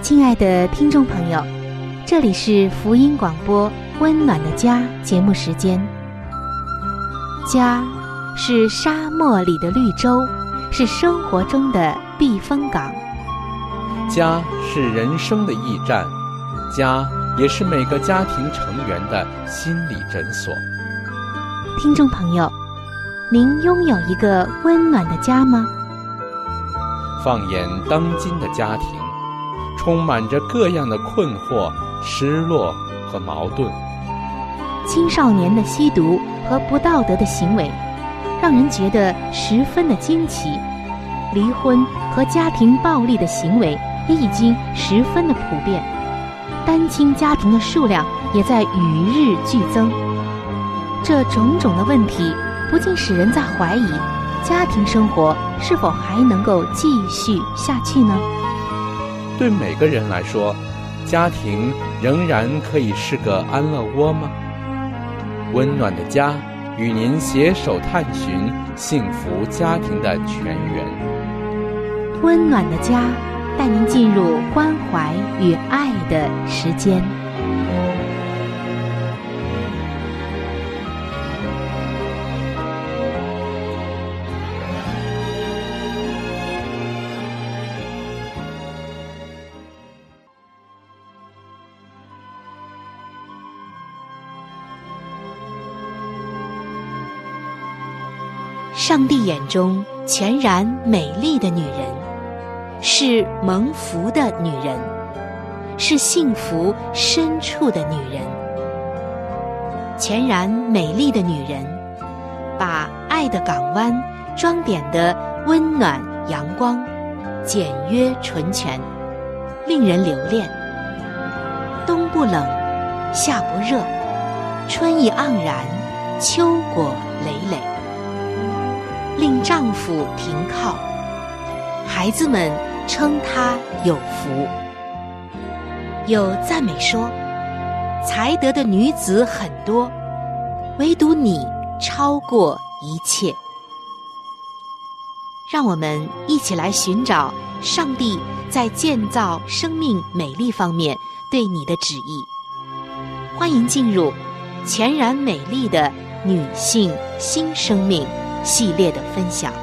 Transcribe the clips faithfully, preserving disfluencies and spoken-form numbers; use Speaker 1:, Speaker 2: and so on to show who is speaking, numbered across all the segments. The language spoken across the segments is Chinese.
Speaker 1: 亲爱的听众朋友，这里是福音广播温暖的家节目时间。家是沙漠里的绿洲，是生活中的避风港。
Speaker 2: 家是人生的驿站，家也是每个家庭成员的心理诊所。
Speaker 1: 听众朋友，您拥有一个温暖的家吗？
Speaker 2: 放眼当今的家庭，充满着各样的困惑、失落和矛盾。
Speaker 1: 青少年的吸毒和不道德的行为，让人觉得十分的惊奇。离婚和家庭暴力的行为也已经十分的普遍，单亲家庭的数量也在与日俱增。这种种的问题，不禁使人在怀疑，家庭生活是否还能够继续下去呢？
Speaker 2: 对每个人来说，家庭仍然可以是个安乐窝吗？温暖的家与您携手探寻幸福家庭的泉源。
Speaker 1: 温暖的家带您进入关怀与爱的时间。上帝眼中全然美丽的女人，是蒙福的女人，是幸福深处的女人。全然美丽的女人，把爱的港湾装点得温暖阳光，简约纯全，令人留恋。冬不冷，夏不热，春意盎然，秋果累累，令丈夫停靠，孩子们称她有福。有赞美说，才德的女子很多，唯独你超过一切。让我们一起来寻找上帝在建造生命美丽方面对你的旨意。欢迎进入全然美丽的女性新生命系列的分享。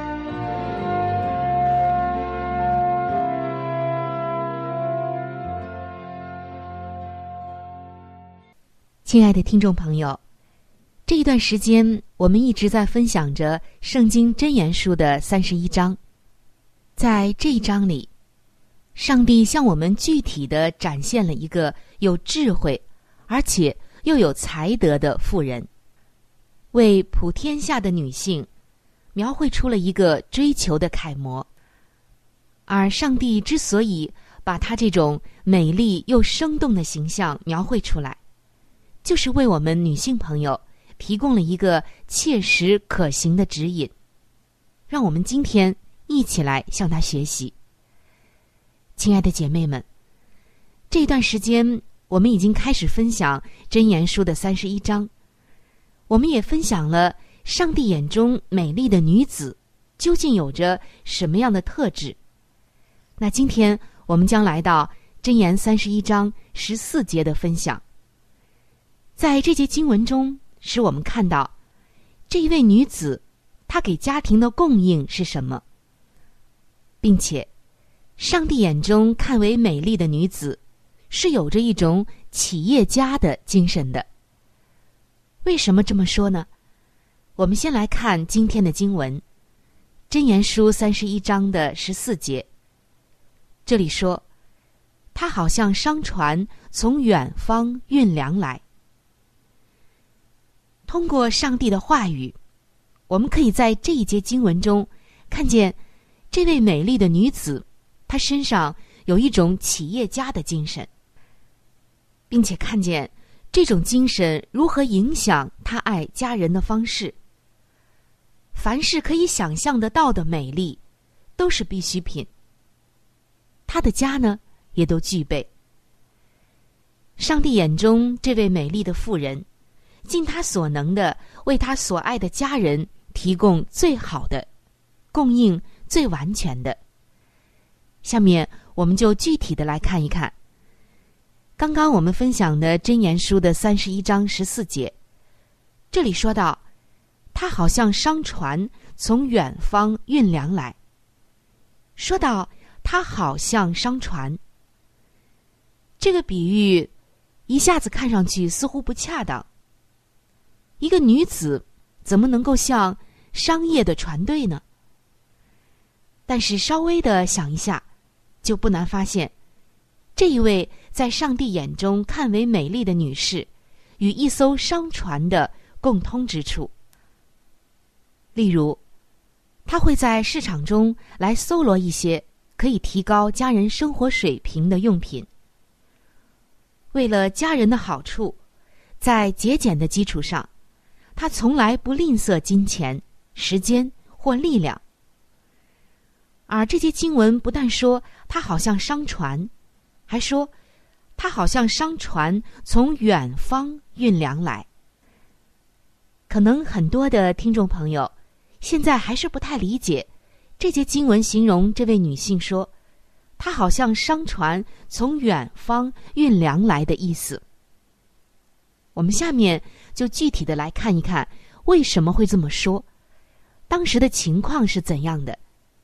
Speaker 1: 亲爱的听众朋友，这一段时间我们一直在分享着圣经箴言书的三十一章。在这一章里，上帝向我们具体地展现了一个有智慧而且又有才德的妇人，为普天下的女性描绘出了一个追求的楷模。而上帝之所以把她这种美丽又生动的形象描绘出来，就是为我们女性朋友提供了一个切实可行的指引。让我们今天一起来向她学习。亲爱的姐妹们，这段时间我们已经开始分享箴言书的三十一章，我们也分享了上帝眼中美丽的女子究竟有着什么样的特质。那今天我们将来到箴言三十一章十四节的分享。在这节经文中，使我们看到这一位女子她给家庭的供应是什么，并且上帝眼中看为美丽的女子是有着一种企业家的精神的。为什么这么说呢？我们先来看今天的经文，箴言书三十一章的十四节。这里说，她好像商船从远方运粮来。通过上帝的话语，我们可以在这一节经文中看见这位美丽的女子，她身上有一种企业家的精神，并且看见这种精神如何影响她爱家人的方式。凡是可以想象得到的美丽都是必需品，她的家呢也都具备。上帝眼中这位美丽的妇人，尽他所能的为他所爱的家人提供最好的，供应最完全的。下面我们就具体的来看一看。刚刚我们分享的箴言书的三十一章十四节，这里说到，他好像商船从远方运粮来。说到他好像商船，这个比喻一下子看上去似乎不恰当。一个女子怎么能够像商业的船队呢？但是稍微的想一下，就不难发现，这一位在上帝眼中看为美丽的女士，与一艘商船的共通之处。例如，她会在市场中来搜罗一些可以提高家人生活水平的用品。为了家人的好处，在节俭的基础上，她从来不吝啬金钱、时间或力量。而这些经文不但说她好像商船，还说她好像商船从远方运粮来。可能很多的听众朋友现在还是不太理解这节经文形容这位女性说她好像商船从远方运粮来的意思。我们下面就具体的来看一看为什么会这么说，当时的情况是怎样的。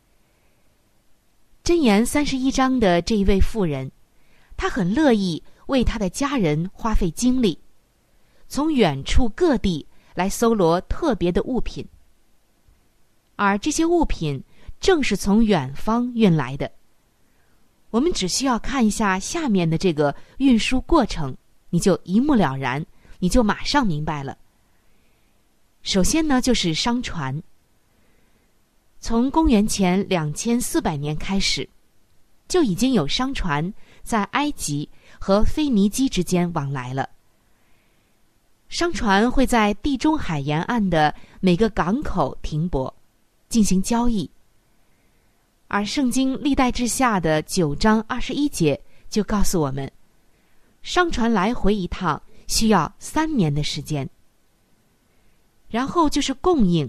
Speaker 1: 箴言三十一章的这一位妇人，她很乐意为她的家人花费精力，从远处各地来搜罗特别的物品，而这些物品正是从远方运来的。我们只需要看一下下面的这个运输过程，你就一目了然，你就马上明白了。首先呢，就是商船。从公元前两千四百年开始，就已经有商船在埃及和腓尼基之间往来了。商船会在地中海沿岸的每个港口停泊，进行交易。而圣经历代志下的九章二十一节就告诉我们，商船来回一趟需要三年的时间。然后就是供应。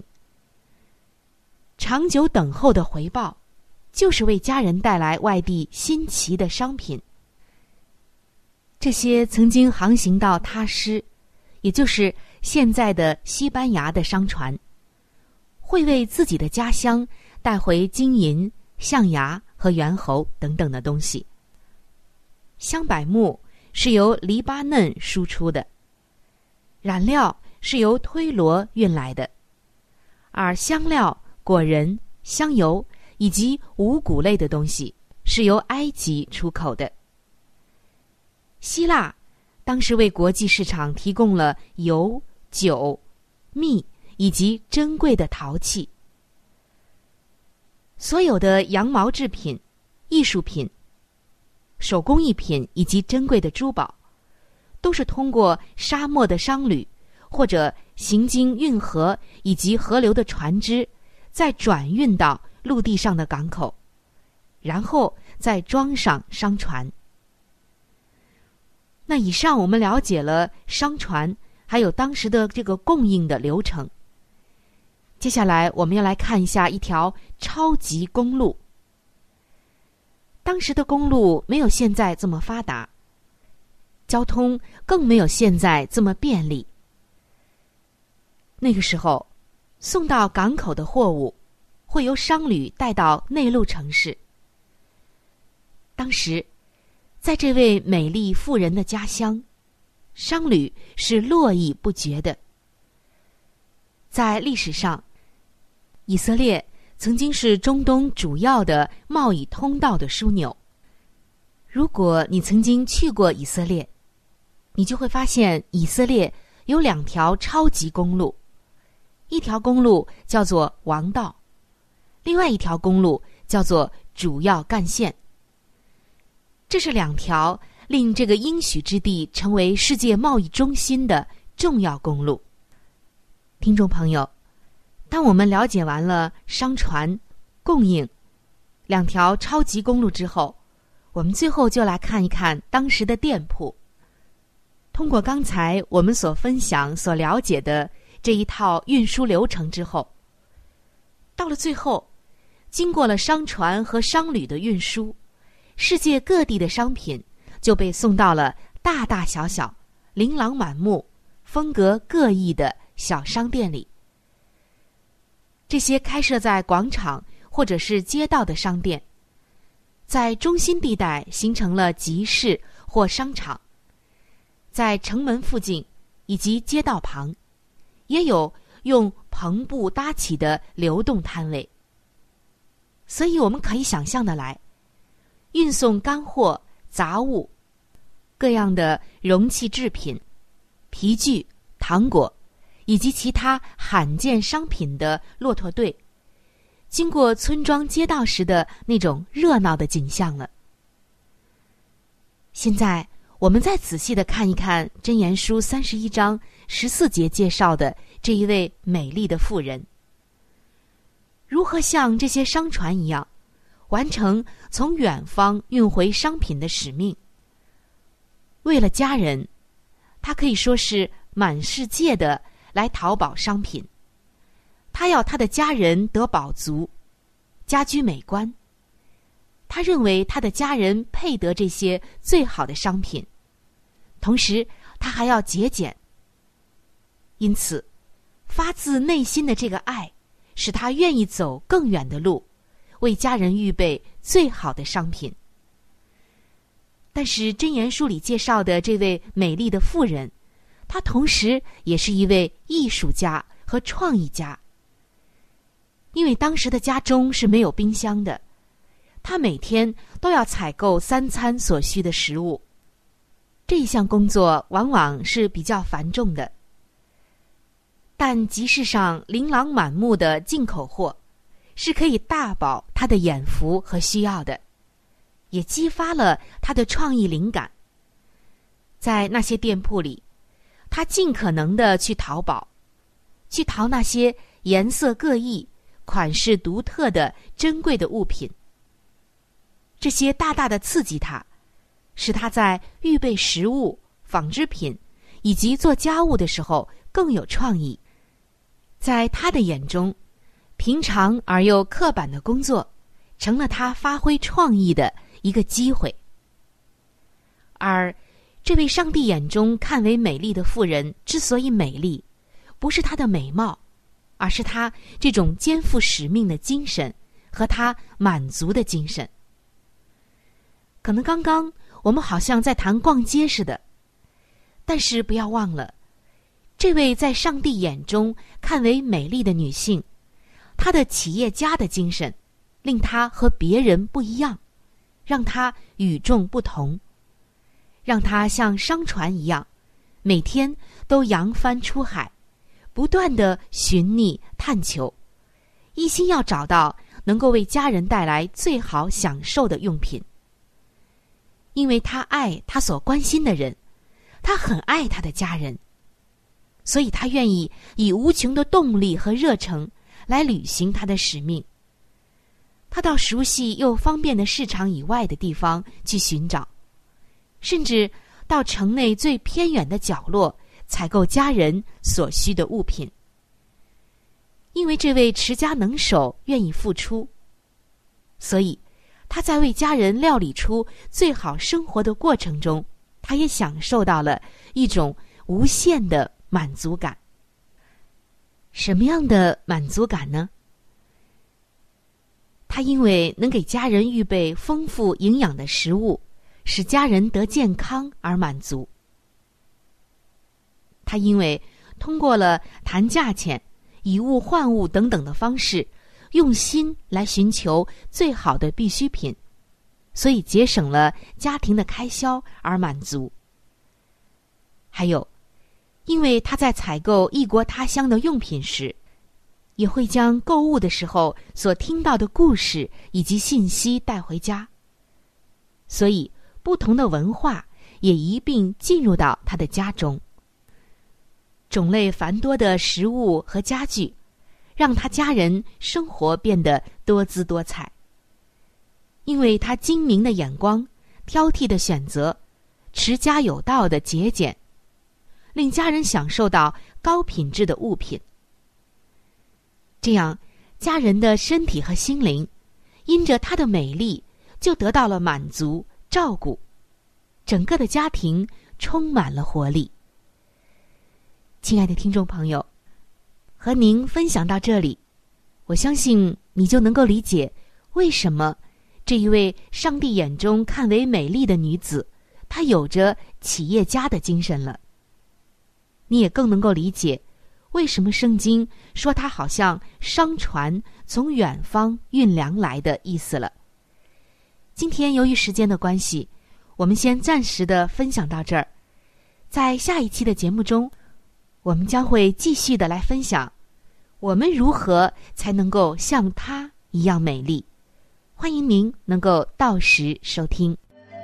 Speaker 1: 长久等候的回报，就是为家人带来外地新奇的商品。这些曾经航行到他施，也就是现在的西班牙的商船，会为自己的家乡带回金银、象牙和猿猴等等的东西。香柏木是由黎巴嫩输出的，染料是由推罗运来的，而香料、果仁、香油以及五谷类的东西是由埃及出口的。希腊当时为国际市场提供了油、酒、蜜以及珍贵的陶器。所有的羊毛制品、艺术品、手工艺品以及珍贵的珠宝，都是通过沙漠的商旅或者行经运河以及河流的船只，再转运到陆地上的港口，然后再装上商船。那以上我们了解了商船还有当时的这个供应的流程。接下来我们要来看一下一条超级公路。当时的公路没有现在这么发达，交通更没有现在这么便利。那个时候，送到港口的货物会由商旅带到内陆城市。当时，在这位美丽妇人的家乡，商旅是络绎不绝的。在历史上，以色列曾经是中东主要的贸易通道的枢纽。如果你曾经去过以色列，你就会发现以色列有两条超级公路，一条公路叫做王道，另外一条公路叫做主要干线。这是两条令这个应许之地成为世界贸易中心的重要公路。听众朋友，当我们了解完了商船、供应两条超级公路之后，我们最后就来看一看当时的店铺。通过刚才我们所分享、所了解的这一套运输流程之后，到了最后，经过了商船和商旅的运输， 世界各地的商品就被送到了大大小小、琳琅满目、风格各异的小商店里。这些开设在广场或者是街道的商店，在中心地带形成了集市或商场，在城门附近以及街道旁，也有用篷布搭起的流动摊位。所以我们可以想象得来，运送干货、杂物、各样的容器制品、皮具、糖果以及其他罕见商品的骆驼队，经过村庄街道时的那种热闹的景象了。现在我们再仔细地看一看箴言书三十一章十四节介绍的这一位美丽的妇人，如何像这些商船一样完成从远方运回商品的使命。为了家人，她可以说是满世界的来淘宝商品，她要她的家人得饱足，家居美观。她认为她的家人配得这些最好的商品，同时她还要节俭。因此发自内心的这个爱使她愿意走更远的路，为家人预备最好的商品。但是箴言书里介绍的这位美丽的妇人，她同时也是一位艺术家和创意家。因为当时的家中是没有冰箱的，她每天都要采购三餐所需的食物，这一项工作往往是比较繁重的。但集市上琳琅满目的进口货是可以大饱他的眼福和需要的，也激发了他的创意灵感。在那些店铺里，他尽可能的去淘宝，去淘那些颜色各异、款式独特的珍贵的物品。这些大大的刺激他，使他在预备食物、纺织品以及做家务的时候更有创意。在他的眼中，平常而又刻板的工作成了他发挥创意的一个机会。而这位上帝眼中看为美丽的妇人之所以美丽，不是她的美貌，而是她这种肩负使命的精神和她满足的精神。可能刚刚我们好像在谈逛街似的，但是不要忘了，这位在上帝眼中看为美丽的女性，她的企业家的精神令她和别人不一样，让她与众不同，让她像商船一样，每天都扬帆出海，不断地寻觅探求，一心要找到能够为家人带来最好享受的用品。因为她爱她所关心的人，她很爱她的家人，所以她愿意以无穷的动力和热诚来履行她的使命。她到熟悉又方便的市场以外的地方去寻找，甚至到城内最偏远的角落采购家人所需的物品。因为这位持家能手愿意付出，所以她在为家人料理出最好生活的过程中，她也享受到了一种无限的满足感。什么样的满足感呢？她因为能给家人预备丰富营养的食物，使家人得健康而满足。她因为通过了谈价钱、以物换物等等的方式，用心来寻求最好的必需品，所以节省了家庭的开销而满足。还有，因为他在采购异国他乡的用品时，也会将购物的时候所听到的故事以及信息带回家，所以不同的文化也一并进入到他的家中。种类繁多的食物和家具让他家人生活变得多姿多彩。因为他精明的眼光、挑剔的选择、持家有道的节俭，令家人享受到高品质的物品。这样，家人的身体和心灵因着她的美丽就得到了满足、照顾，整个的家庭充满了活力。亲爱的听众朋友，和您分享到这里，我相信你就能够理解为什么这一位上帝眼中看为美丽的女子，她有着企业家的精神了。你也更能够理解为什么圣经说她好像商船从远方运粮来的意思了。今天由于时间的关系，我们先暂时的分享到这儿。在下一期的节目中，我们将会继续的来分享我们如何才能够像她一样美丽。欢迎您能够到时收听。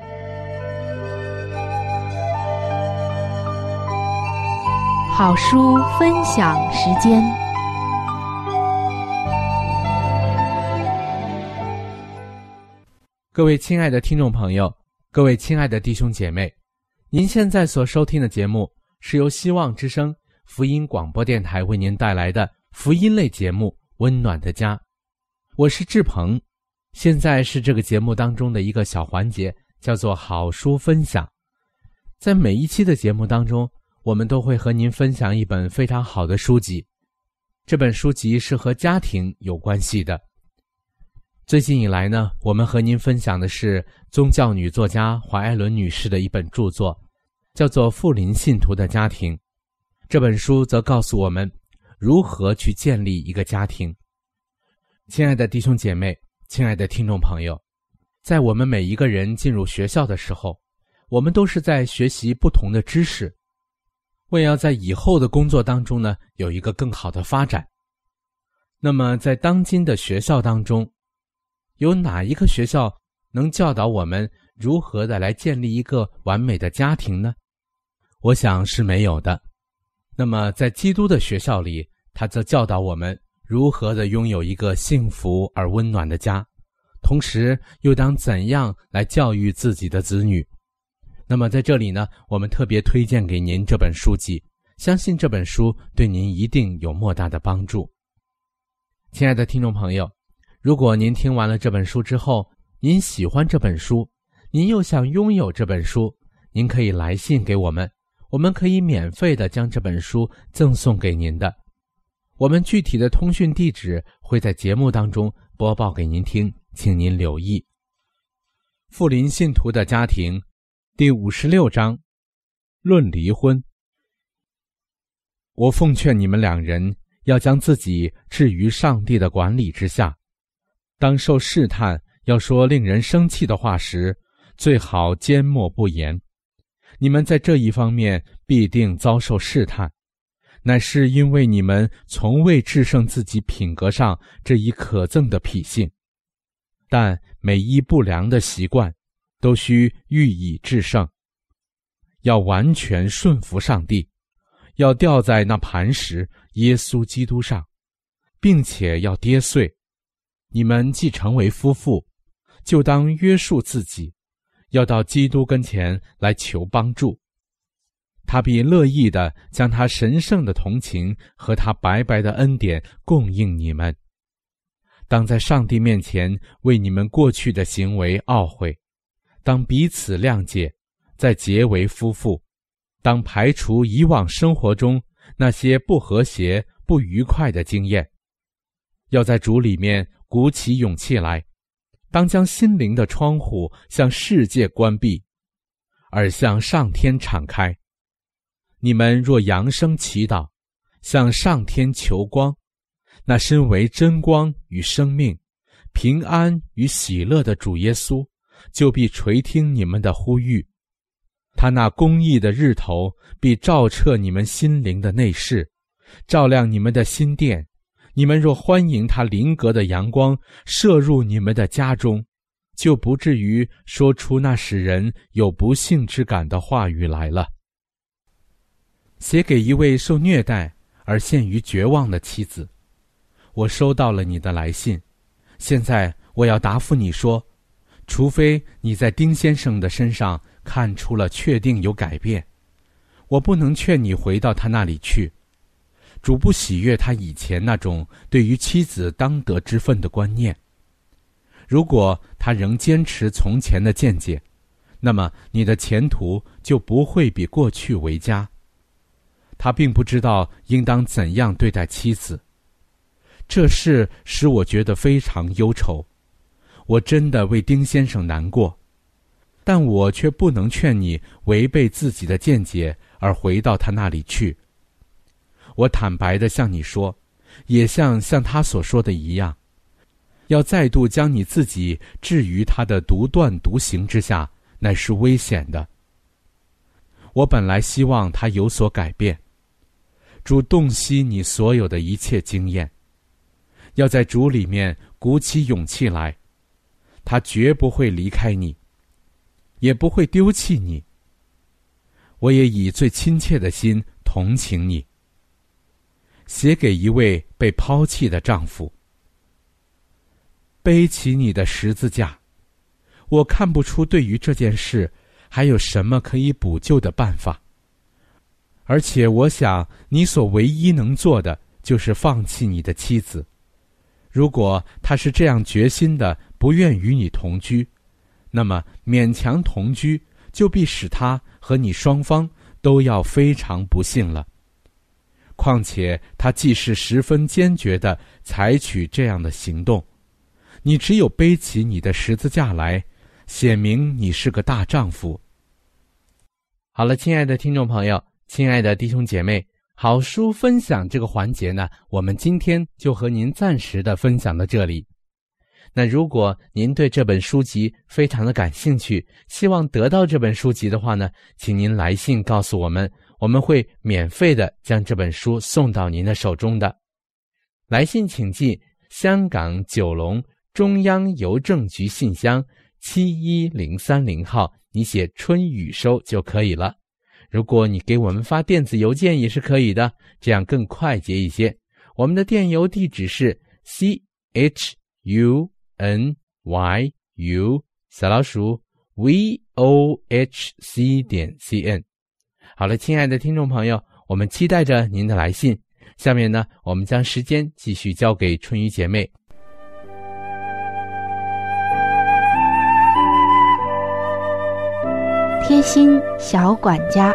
Speaker 1: 好书分享时间。
Speaker 2: 各位亲爱的听众朋友，各位亲爱的弟兄姐妹，您现在所收听的节目是由希望之声福音广播电台为您带来的福音类节目《温暖的家》，我是志鹏。现在是这个节目当中的一个小环节，叫做好书分享。在每一期的节目当中，我们都会和您分享一本非常好的书籍，这本书籍是和家庭有关系的。最近以来呢，我们和您分享的是宗教女作家华艾伦女士的一本著作，叫做《富林信徒的家庭》。这本书则告诉我们如何去建立一个家庭。亲爱的弟兄姐妹，亲爱的听众朋友，在我们每一个人进入学校的时候，我们都是在学习不同的知识，为要在以后的工作当中呢，有一个更好的发展。那么在当今的学校当中，有哪一个学校能教导我们如何的来建立一个完美的家庭呢？我想是没有的。那么在基督的学校里，他则教导我们如何的拥有一个幸福而温暖的家，同时又当怎样来教育自己的子女。那么在这里呢，我们特别推荐给您这本书籍，相信这本书对您一定有莫大的帮助。亲爱的听众朋友，如果您听完了这本书之后，您喜欢这本书，您又想拥有这本书，您可以来信给我们，我们可以免费的将这本书赠送给您的。我们具体的通讯地址会在节目当中播报给您听，请您留意。富林信徒的家庭第五十六章，论离婚。我奉劝你们两人要将自己置于上帝的管理之下，当受试探要说令人生气的话时，最好缄默不言。你们在这一方面必定遭受试探，乃是因为你们从未制胜自己品格上这一可憎的脾性。但每一不良的习惯都需予以制胜，要完全顺服上帝，要吊在那磐石耶稣基督上，并且要跌碎。你们既成为夫妇，就当约束自己，要到基督跟前来求帮助。他必乐意地将他神圣的同情和他白白的恩典供应你们。当在上帝面前为你们过去的行为懊悔，当彼此谅解，再结为夫妇，当排除以往生活中那些不和谐、不愉快的经验，要在主里面鼓起勇气来，当将心灵的窗户向世界关闭，而向上天敞开。你们若扬声祈祷，向上天求光，那身为真光与生命、平安与喜乐的主耶稣，就必垂听你们的呼吁。他那公义的日头必照彻你们心灵的内室，照亮你们的心殿。你们若欢迎他临格的阳光射入你们的家中，就不至于说出那使人有不幸之感的话语来了。写给一位受虐待而陷于绝望的妻子，我收到了你的来信，现在我要答复你说，除非你在丁先生的身上看出了确定有改变，我不能劝你回到他那里去。主不喜悦他以前那种对于妻子当得之分的观念。 如果他仍坚持从前的见解，那么你的前途就不会比过去为佳。他并不知道应当怎样对待妻子，这事使我觉得非常忧愁。我真的为丁先生难过，但我却不能劝你违背自己的见解而回到他那里去。我坦白地向你说，也像像他所说的一样，要再度将你自己置于他的独断独行之下，乃是危险的。我本来希望他有所改变，主洞悉你所有的一切经验，要在主里面鼓起勇气来，他绝不会离开你，也不会丢弃你。我也以最亲切的心同情你。写给一位被抛弃的丈夫，背起你的十字架。我看不出对于这件事还有什么可以补救的办法，而且我想你所唯一能做的就是放弃你的妻子。如果她是这样决心的不愿与你同居，那么勉强同居就必使她和你双方都要非常不幸了。况且他既是十分坚决地采取这样的行动，你只有背起你的十字架来，显明你是个大丈夫。好了，亲爱的听众朋友，亲爱的弟兄姐妹，好书分享这个环节呢，我们今天就和您暂时的分享到这里。那如果您对这本书籍非常的感兴趣，希望得到这本书籍的话呢，请您来信告诉我们，我们会免费的将这本书送到您的手中的。来信请寄香港九龙中央邮政局信箱七一零三零号，你写春雨收就可以了。如果你给我们发电子邮件也是可以的，这样更快捷一些。我们的电邮地址是 c h u n y u 小老鼠 v o h c 点 c n。好了，亲爱的听众朋友，我们期待着您的来信。下面呢，我们将时间继续交给春雨姐妹。
Speaker 1: 贴心小管家，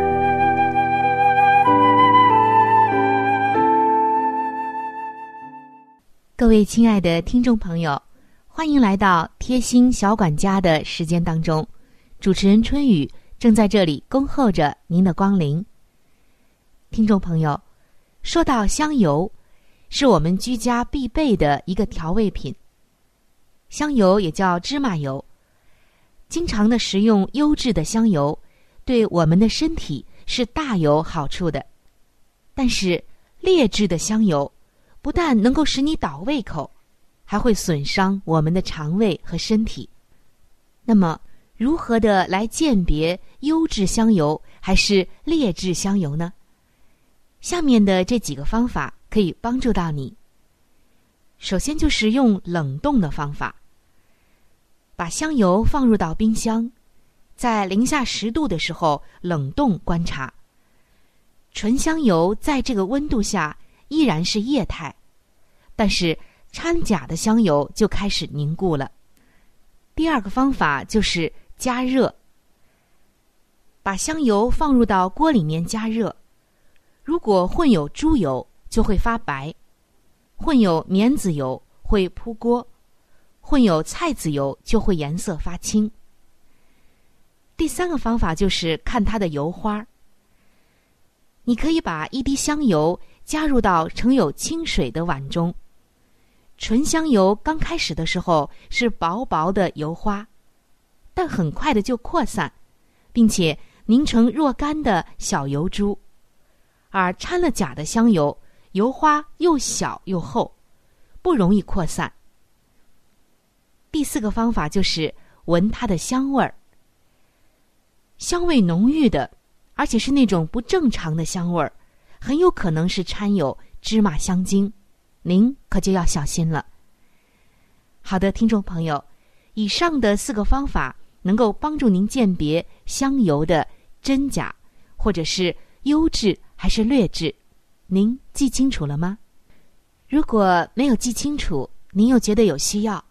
Speaker 1: 各位亲爱的听众朋友，欢迎来到贴心小管家的时间当中，主持人春雨正在这里恭候着您的光临。听众朋友，说到香油，是我们居家必备的一个调味品。香油也叫芝麻油，经常的食用优质的香油，对我们的身体是大有好处的。但是劣质的香油不但能够使你倒胃口，还会损伤我们的肠胃和身体。那么如何的来鉴别优质香油还是劣质香油呢？下面的这几个方法可以帮助到你。首先就是用冷冻的方法，把香油放入到冰箱，在零下十度的时候冷冻观察。纯香油在这个温度下依然是液态，但是掺假的香油就开始凝固了。第二个方法就是加热，把香油放入到锅里面加热。如果混有猪油就会发白，混有棉籽油会扑锅，混有菜籽油就会颜色发青。第三个方法就是看它的油花。你可以把一滴香油加入到盛有清水的碗中，纯香油刚开始的时候是薄薄的油花，但很快的就扩散，并且凝成若干的小油珠。而掺了假的香油，油花又小又厚，不容易扩散。第四个方法就是闻它的香味儿，香味浓郁的，而且是那种不正常的香味儿，很有可能是掺有芝麻香精，您可就要小心了。好的，听众朋友，以上的四个方法能够帮助您鉴别香油的真假，或者是优质还是劣质，您记清楚了吗？如果没有记清楚，您又觉得有需要，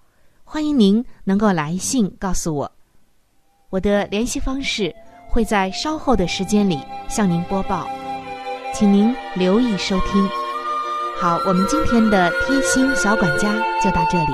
Speaker 1: 欢迎您能够来信告诉我。我的联系方式会在稍后的时间里向您播报，请您留意收听。好，我们今天的贴心小管家就到这里。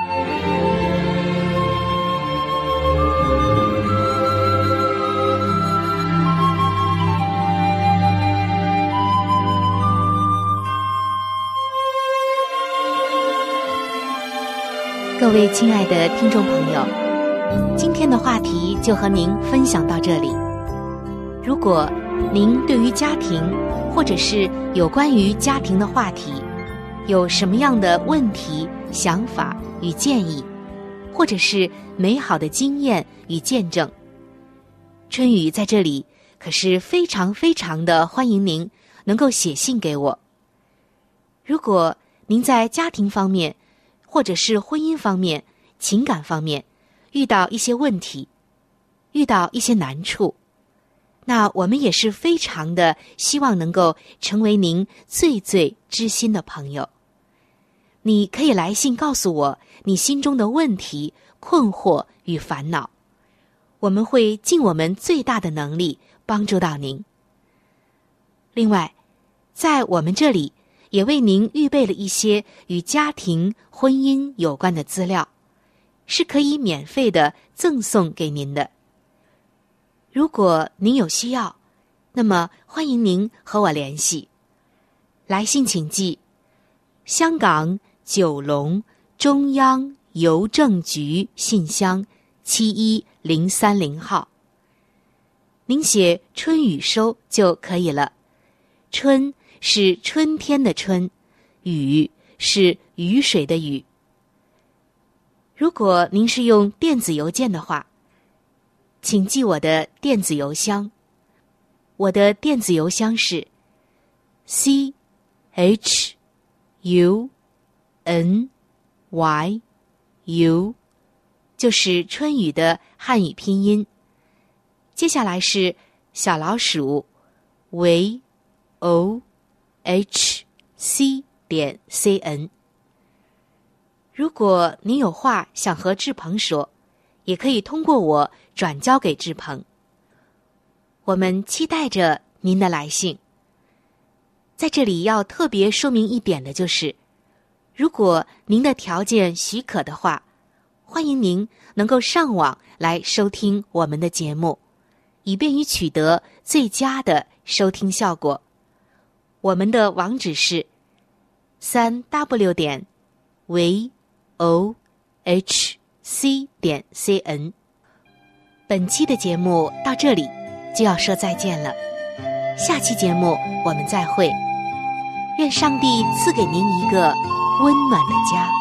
Speaker 1: 各位亲爱的听众朋友，今天的话题就和您分享到这里。如果您对于家庭或者是有关于家庭的话题有什么样的问题、想法与建议，或者是美好的经验与见证，春雨在这里可是非常非常的欢迎您能够写信给我。如果您在家庭方面或者是婚姻方面、情感方面遇到一些问题，遇到一些难处，那我们也是非常的希望能够成为您最最知心的朋友。你可以来信告诉我你心中的问题、困惑与烦恼，我们会尽我们最大的能力帮助到您。另外，在我们这里也为您预备了一些与家庭、婚姻有关的资料，是可以免费的赠送给您的。如果您有需要，那么欢迎您和我联系。来信请寄香港九龙中央邮政局信箱七一零三零号。您写春雨收就可以了。春是春天的春，雨是雨水的雨。如果您是用电子邮件的话，请记我的电子邮箱。我的电子邮箱是 c h u n y u， 就是春雨的汉语拼音。接下来是小老鼠 v o h c 点 c n。 如果您有话想和志鹏说，也可以通过我转交给志鹏。我们期待着您的来信。在这里要特别说明一点的就是，如果您的条件许可的话，欢迎您能够上网来收听我们的节目，以便于取得最佳的收听效果。我们的网址是 三 w 点 v o h c 点 c n。 本期的节目到这里就要说再见了，下期节目我们再会。愿上帝赐给您一个温暖的家。